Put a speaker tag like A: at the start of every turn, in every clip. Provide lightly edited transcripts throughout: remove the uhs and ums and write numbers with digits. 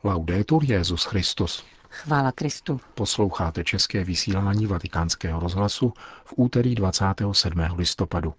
A: Laudetur Jesus Christus.
B: Chvála Kristu.
A: Posloucháte české vysílání Vatikánského rozhlasu v úterý 27. listopadu.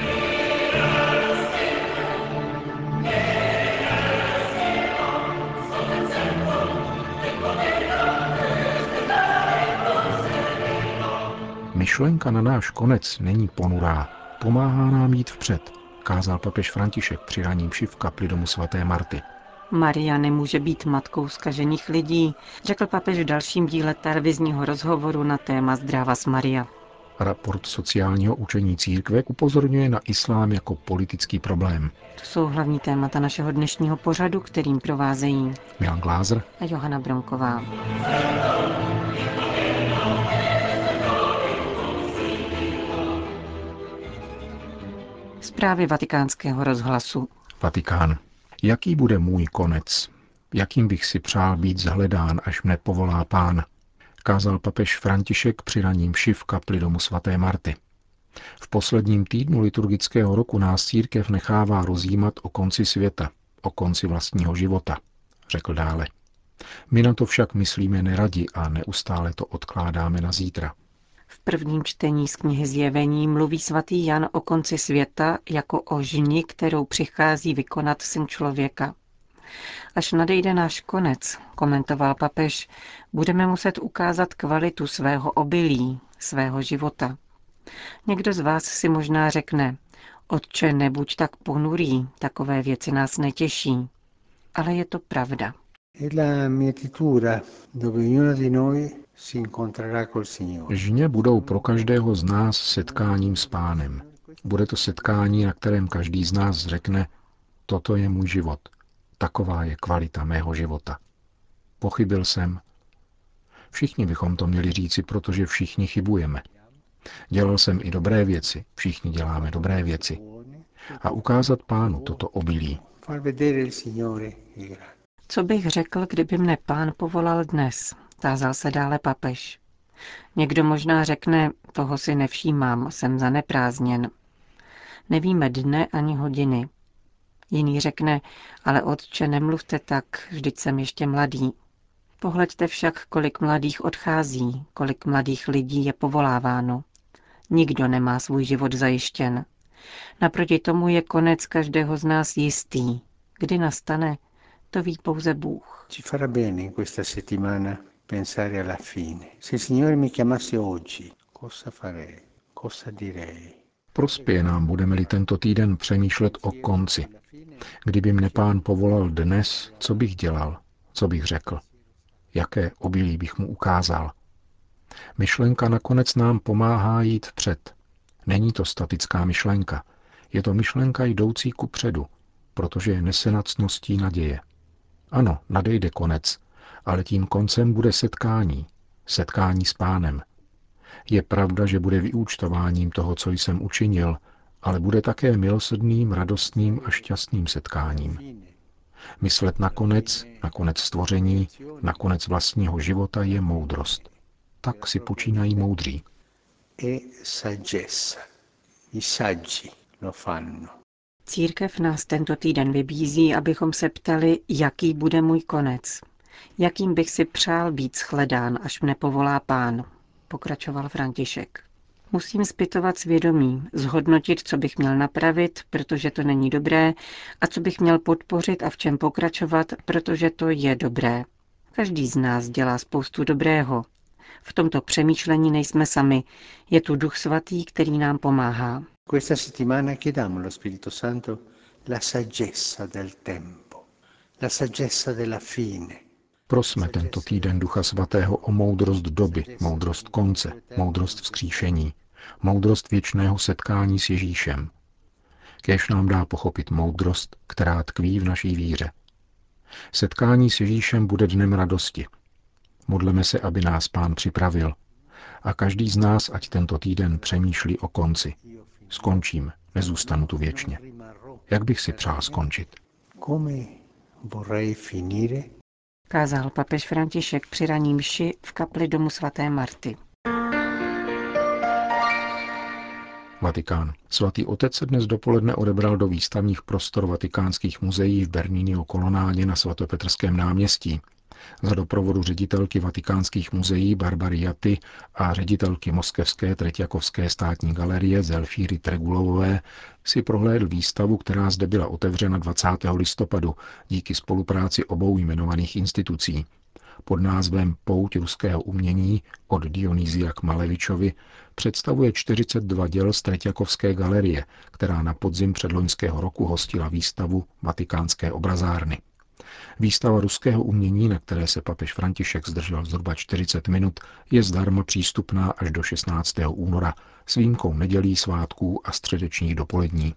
A: Myšlenka na náš konec není ponurá, pomáhá nám jít vpřed, kázal papež František při raní mši v kapli domu svaté Marty.
B: Maria nemůže být matkou zkažených lidí, řekl papež v dalším díle televizního rozhovoru na téma Zdravas Maria.
A: Raport sociálního učení církve upozorňuje na islám jako politický problém.
B: To jsou hlavní témata našeho dnešního pořadu, kterým provázejí
A: Milan Glázer
B: a Johana Bronková. Zprávy Vatikánského rozhlasu.
A: Vatikán. Jaký bude můj konec? Jakým bych si přál být zhledán, až mne povolá Pán? Kázal papež František při raní mši v kapli domu svaté Marty. V posledním týdnu liturgického roku nás církev nechává rozjímat o konci světa, o konci vlastního života, řekl dále. My na to však myslíme neradi a neustále to odkládáme na zítra.
B: V prvním čtení z knihy Zjevení mluví svatý Jan o konci světa jako o žni, kterou přichází vykonat Syn člověka. Až nadejde náš konec, komentoval papež, budeme muset ukázat kvalitu svého obilí, svého života. Někdo z vás si možná řekne, Otče, nebuď tak ponurý, takové věci nás netěší. Ale je to pravda.
A: Žně budou pro každého z nás setkáním s Pánem. Bude to setkání, na kterém každý z nás řekne, toto je můj život, taková je kvalita mého života. Pochybil jsem. Všichni bychom to měli říci, protože všichni chybujeme. Dělal jsem i dobré věci, všichni děláme dobré věci. A ukázat Pánu toto obilí.
B: Co bych řekl, kdyby mne Pán povolal dnes, tázal se dále papež. Někdo možná řekne, toho si nevšímám, jsem zaneprázdněn. Nevíme dne ani hodiny. Jiný řekne, ale Otče, nemluvte tak, vždyť jsem ještě mladý. Pohleďte však, kolik mladých odchází, kolik mladých lidí je povoláváno. Nikdo nemá svůj život zajištěn. Naproti tomu je konec každého z nás jistý. Kdy nastane, to ví pouze Bůh.
A: Prospěje nám, budeme-li tento týden přemýšlet o konci. Kdyby mne Pán povolal dnes, co bych dělal, co bych řekl, jaké obilí bych mu ukázal. Myšlenka nakonec nám pomáhá jít vpřed. Není to statická myšlenka, je to myšlenka jdoucí ku předu, protože je nesena ctností naděje. Ano, nadejde konec, ale tím koncem bude setkání, setkání s Pánem. Je pravda, že bude vyúčtováním toho, co jsem učinil, ale bude také milosrdným, radostným a šťastným setkáním. Myslet na konec stvoření, na konec vlastního života je moudrost. Tak si počínají moudří.
B: Církev nás tento týden vybízí, abychom se ptali, jaký bude můj konec. Jakým bych si přál být shledán, až mne povolá Pán, pokračoval František. Musím zpytovat svědomí, zhodnotit, co bych měl napravit, protože to není dobré, a co bych měl podpořit a v čem pokračovat, protože to je dobré. Každý z nás dělá spoustu dobrého. V tomto přemýšlení nejsme sami. Je tu Duch Svatý, který nám pomáhá.
C: Questa settimana chiediamo allo Spirito Santo la saggezza del tempo, la saggezza della fine.
A: Prosme tento týden Ducha Svatého o moudrost doby, moudrost konce, moudrost vzkříšení, moudrost věčného setkání s Ježíšem. Kéž nám dá pochopit moudrost, která tkví v naší víře. Setkání s Ježíšem bude dnem radosti. Modleme se, aby nás Pán připravil. A každý z nás, ať tento týden přemýšlí o konci. Skončím, nezůstanu tu věčně. Jak bych si přál skončit?
B: Kázal papež František při raní mši v kapli domu svaté Marty.
A: Vatikán. Svatý otec se dnes dopoledne odebral do výstavních prostor vatikánských muzeí v Bernínio Colonnade na svatopetrském náměstí. Za doprovodu ředitelky vatikánských muzeí Barbary Jaty a ředitelky moskevské Tretjakovské státní galerie Zelfíry Tregulovové si prohlédl výstavu, která zde byla otevřena 20. listopadu díky spolupráci obou jmenovaných institucí. Pod názvem Pouť ruského umění od Dionýzia k Malevičovi představuje 42 děl z Tretjakovské galerie, která na podzim předloňského roku hostila výstavu Vatikánské obrazárny. Výstava ruského umění, na které se papež František zdržel zhruba 40 minut, je zdarma přístupná až do 16. února s výjimkou nedělí, svátků a středečních dopolední.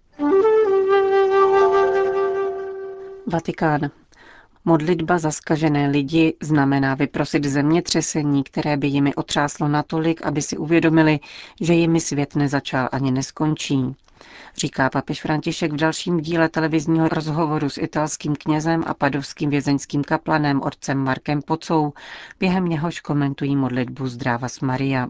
B: Vatikán. Modlitba za zkažené lidi znamená vyprosit zemětřesení, které by jimi otřáslo natolik, aby si uvědomili, že jimi svět nezačal ani neskončí. Říká papež František v dalším díle televizního rozhovoru s italským knězem a padovským vězeňským kaplanem otcem Markem Pocou, během něhož komentují modlitbu Zdravas Maria.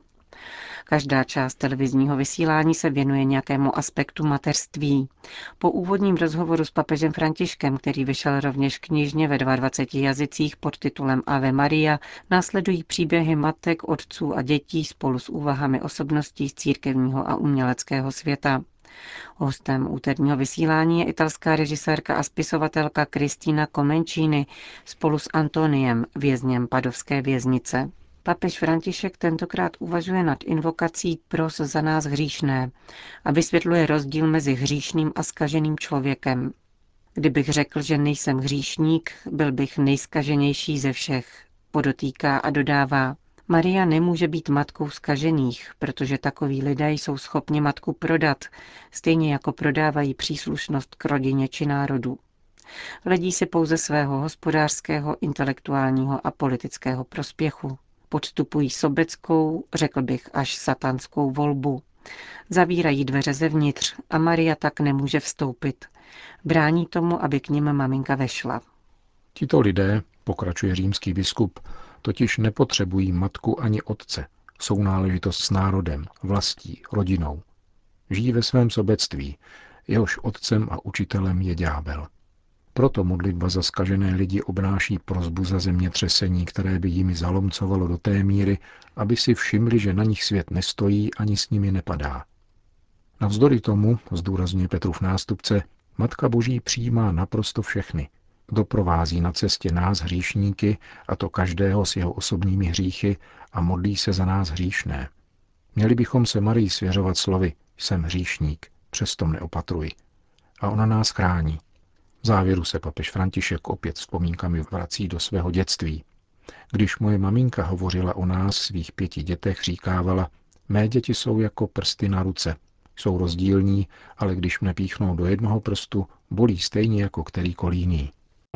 B: Každá část televizního vysílání se věnuje nějakému aspektu mateřství. Po úvodním rozhovoru s papežem Františkem, který vyšel rovněž knižně ve 22 jazycích pod titulem Ave Maria, následují příběhy matek, otců a dětí spolu s úvahami osobností z církevního a uměleckého světa. Hostem úterního vysílání je italská režisérka a spisovatelka Cristina Comencini spolu s Antoniem, vězněm padovské věznice. Papež František tentokrát uvažuje nad invokací Pros za nás hříšné a vysvětluje rozdíl mezi hříšným a zkaženým člověkem. Kdybych řekl, že nejsem hříšník, byl bych nejzkaženější ze všech, podotýká a dodává. Maria nemůže být matkou zkažených, protože takoví lidé jsou schopni matku prodat, stejně jako prodávají příslušnost k rodině či národu. Hledí si pouze svého hospodářského, intelektuálního a politického prospěchu. Podstupují sobeckou, řekl bych až satanskou volbu. Zavírají dveře zevnitř a Maria tak nemůže vstoupit. Brání tomu, aby k nim maminka vešla.
A: Tito lidé, pokračuje římský biskup, totiž nepotřebují matku ani otce, jsou náležitost s národem, vlastí, rodinou. Žijí ve svém sobectví, jehož otcem a učitelem je ďábel. Proto modlitba za zkažené lidi obnáší prosbu za zemětřesení, které by jimi zalomcovalo do té míry, aby si všimli, že na nich svět nestojí ani s nimi nepadá. Navzdory tomu, zdůrazňuje Petrův nástupce, Matka Boží přijímá naprosto všechny. Doprovází na cestě nás hříšníky, a to každého s jeho osobními hříchy, a modlí se za nás hříšné. Měli bychom se Marii svěřovat slovy: jsem hříšník, přesto mne opatruj. A ona nás chrání. V závěru se papež František opět vzpomínkami vrací do svého dětství. Když moje maminka hovořila o nás, svých 5 dětech, říkávala: mé děti jsou jako prsty na ruce. Jsou rozdílní, ale když mne píchnou do jednoho prstu, bolí stejně jako kterýkoliv jiný.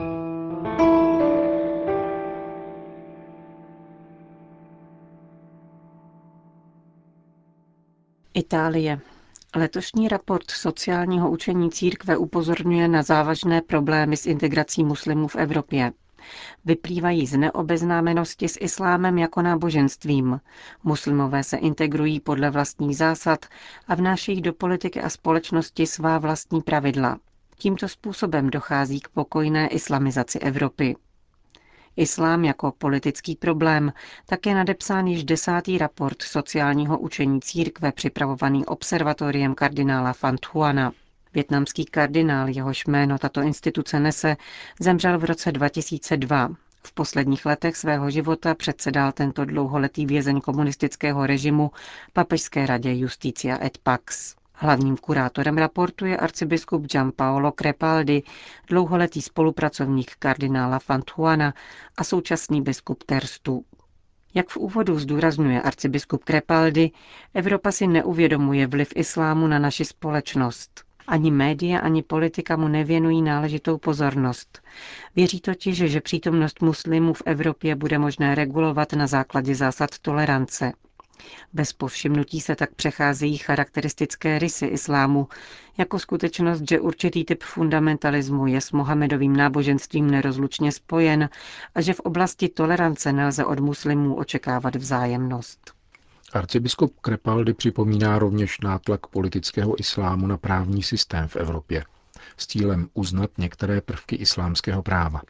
B: Itálie. Letošní raport sociálního učení církve upozorňuje na závažné problémy s integrací muslimů v Evropě. Vyplývají z neobeznámenosti s islámem jako náboženstvím. Muslimové se integrují podle vlastních zásad a vnášejí do politiky a společnosti svá vlastní pravidla. Tímto způsobem dochází k pokojné islamizaci Evropy. Islám jako politický problém také nadepsán již 10. raport sociálního učení církve připravovaný observatoriem kardinála Phan Thuana. Vietnamský kardinál, jehož jméno tato instituce nese, zemřel v roce 2002. V posledních letech svého života předsedal tento dlouholetý vězeň komunistického režimu Papežské radě Justitia et Pax. Hlavním kurátorem raportu je arcibiskup Gianpaolo Crepaldi, dlouholetý spolupracovník kardinála Phan Thuana a současný biskup Terstu. Jak v úvodu zdůrazňuje arcibiskup Crepaldi, Evropa si neuvědomuje vliv islámu na naši společnost. Ani média, ani politika mu nevěnují náležitou pozornost. Věří totiž, že přítomnost muslimů v Evropě bude možné regulovat na základě zásad tolerance. Bez povšimnutí se tak přecházejí charakteristické rysy islámu, jako skutečnost, že určitý typ fundamentalismu je s Mohamedovým náboženstvím nerozlučně spojen a že v oblasti tolerance nelze od muslimů očekávat vzájemnost.
A: Arcibiskup Crepaldi připomíná rovněž nátlak politického islámu na právní systém v Evropě s cílem uznat některé prvky islámského práva.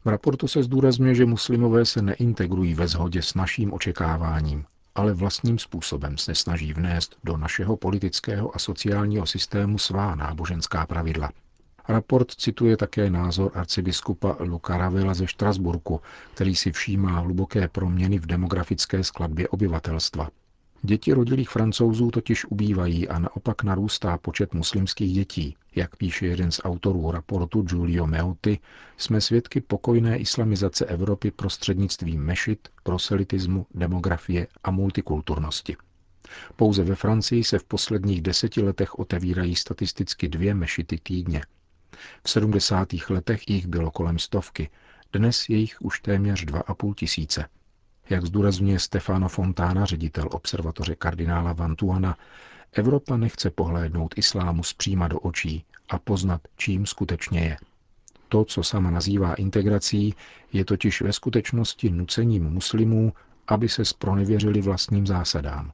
A: V raportu se zdůrazňuje, že muslimové se neintegrují ve shodě s naším očekáváním, ale vlastním způsobem se snaží vnést do našeho politického a sociálního systému svá náboženská pravidla. Raport cituje také názor arcibiskupa Luca Ravela ze Štrasburku, který si všímá hluboké proměny v demografické skladbě obyvatelstva. Děti rodilých Francouzů totiž ubývají a naopak narůstá počet muslimských dětí. Jak píše jeden z autorů raportu Giulio Meutti, jsme svědky pokojné islamizace Evropy prostřednictvím mešit, proselitismu, demografie a multikulturnosti. Pouze ve Francii se v posledních 10 letech otevírají statisticky 2 mešity týdně. V 70. letech jich bylo kolem 100, dnes je jich už téměř 2,5 tisíce. Jak zdůrazňuje Stefano Fontana, ředitel observatoře kardinála Vantuana, Evropa nechce pohlédnout islámu zpříma do očí a poznat, čím skutečně je. To, co sama nazývá integrací, je totiž ve skutečnosti nucením muslimů, aby se zpronevěřili vlastním zásadám.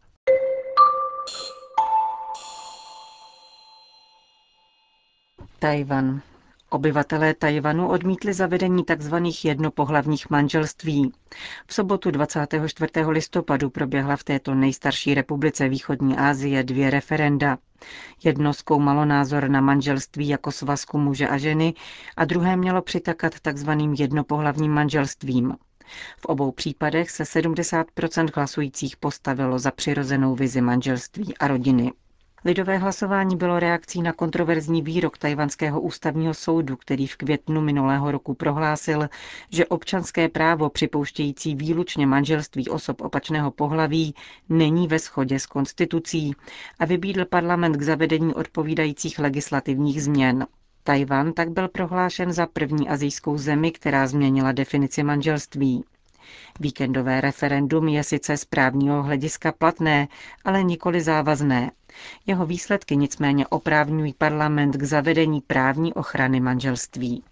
B: Tchaj-wan. Obyvatelé Tchaj-wanu odmítli zavedení tzv. Jednopohlavních manželství. V sobotu 24. listopadu proběhla v této nejstarší republice východní Asie 2 referenda. Jedno zkoumalo názor na manželství jako svazku muže a ženy a druhé mělo přitakat tzv. Jednopohlavním manželstvím. V obou případech se 70% hlasujících postavilo za přirozenou vizi manželství a rodiny. Lidové hlasování bylo reakcí na kontroverzní výrok Tchajwanského ústavního soudu, který v květnu minulého roku prohlásil, že občanské právo připouštějící výlučně manželství osob opačného pohlaví není ve shodě s konstitucí a vybídl parlament k zavedení odpovídajících legislativních změn. Tchaj-wan tak byl prohlášen za první asijskou zemi, která změnila definici manželství. Víkendové referendum je sice z právního hlediska platné, ale nikoli závazné. Jeho výsledky nicméně oprávňují parlament k zavedení právní ochrany manželství.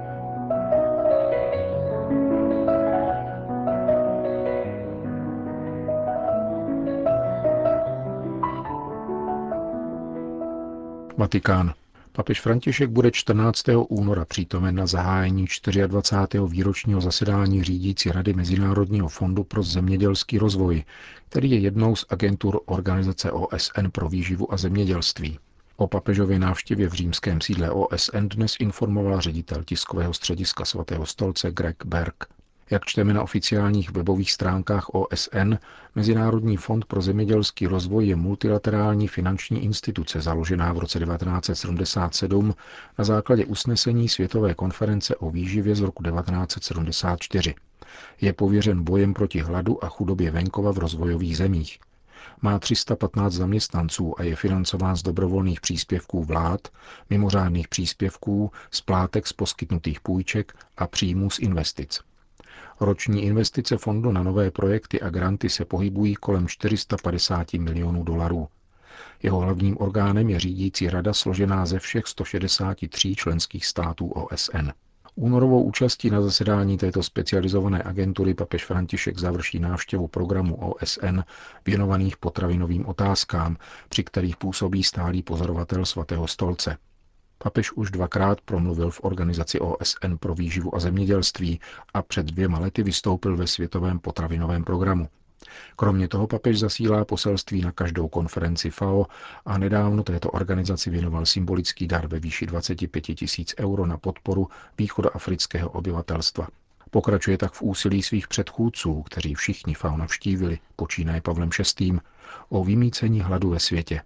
A: Vatikán. Papež František bude 14. února přítomen na zahájení 24. výročního zasedání řídící Rady Mezinárodního fondu pro zemědělský rozvoj, který je jednou z agentur Organizace OSN pro výživu a zemědělství. O papežově návštěvě v římském sídle OSN dnes informoval ředitel tiskového střediska Svatého stolce Greg Berg. Jak čteme na oficiálních webových stránkách OSN, Mezinárodní fond pro zemědělský rozvoj je multilaterální finanční instituce založená v roce 1977 na základě usnesení Světové konference o výživě z roku 1974. Je pověřen bojem proti hladu a chudobě venkova v rozvojových zemích. Má 315 zaměstnanců a je financován z dobrovolných příspěvků vlád, mimořádných příspěvků, splátek z poskytnutých půjček a příjmů z investic. Roční investice fondu na nové projekty a granty se pohybují kolem 450 milionů dolarů. Jeho hlavním orgánem je řídící rada složená ze všech 163 členských států OSN. Únorovou účastí na zasedání této specializované agentury papež František završí návštěvu programu OSN věnovaných potravinovým otázkám, při kterých působí stálý pozorovatel Svatého stolce. Papež už 2krát promluvil v Organizaci OSN pro výživu a zemědělství a před 2 lety vystoupil ve Světovém potravinovém programu. Kromě toho papež zasílá poselství na každou konferenci FAO a nedávno této organizaci věnoval symbolický dar ve výši 25 000 euro na podporu východoafrického obyvatelstva. Pokračuje tak v úsilí svých předchůdců, kteří všichni FAO navštívili, počínaje Pavlem VI., o vymýcení hladu ve světě.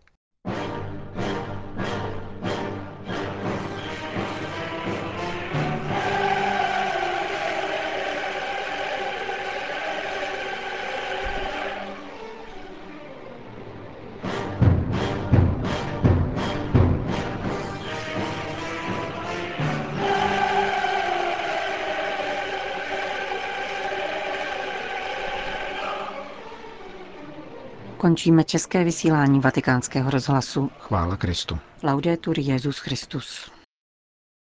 B: Končíme české vysílání Vatikánského rozhlasu.
A: Chvála Kristu.
B: Laudetur Jesus Christus.